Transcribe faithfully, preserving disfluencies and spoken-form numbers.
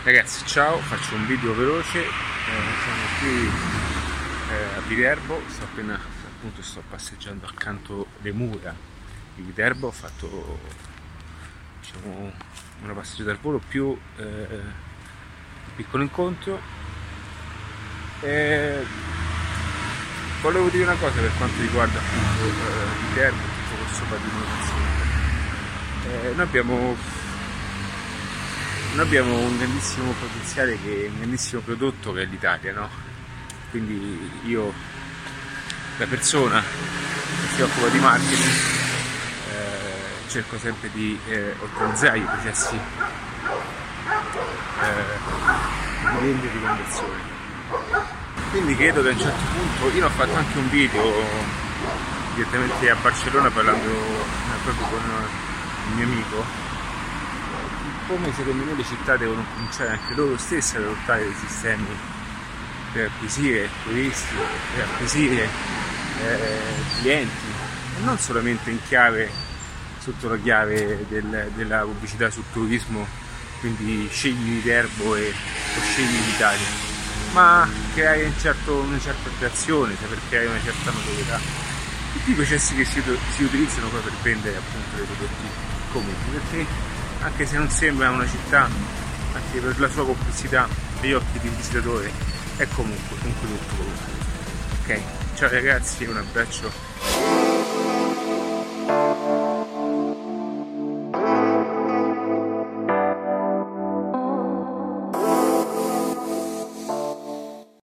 Ragazzi, ciao, faccio un video veloce, eh, siamo qui eh, a Viterbo, sto appena, appunto sto passeggiando accanto alle mura di Viterbo, ho fatto diciamo, una passeggiata al volo più eh, un piccolo incontro. E volevo dire una cosa per quanto riguarda appunto eh, Viterbo, tutto questo patrimonio nazionale. Eh, noi abbiamo Noi abbiamo un grandissimo potenziale, che è un grandissimo prodotto che è l'Italia, no? Quindi io, da persona che si occupa di marketing, eh, cerco sempre di eh, ottimizzare i processi eh, di vendita e di conversione. Quindi credo che a un certo punto, io ho fatto anche un video direttamente a Barcellona parlando eh, proprio con il mio amico, come secondo me le città devono cominciare anche loro stesse ad adottare dei sistemi per acquisire turisti, per acquisire eh, clienti, e non solamente in chiave, sotto la chiave del, della pubblicità sul turismo, quindi scegli Viterbo e, o scegli l'Italia, ma creare un certo, una certa attrazione, saper creare una certa notorietà, tutti i processi che si, si utilizzano poi per vendere appunto dei prodotti comuni, perché anche se non sembra una città, anche per la sua complessità agli occhi di un visitatore, è comunque un prodotto comunque. Ok? Ciao ragazzi, un abbraccio.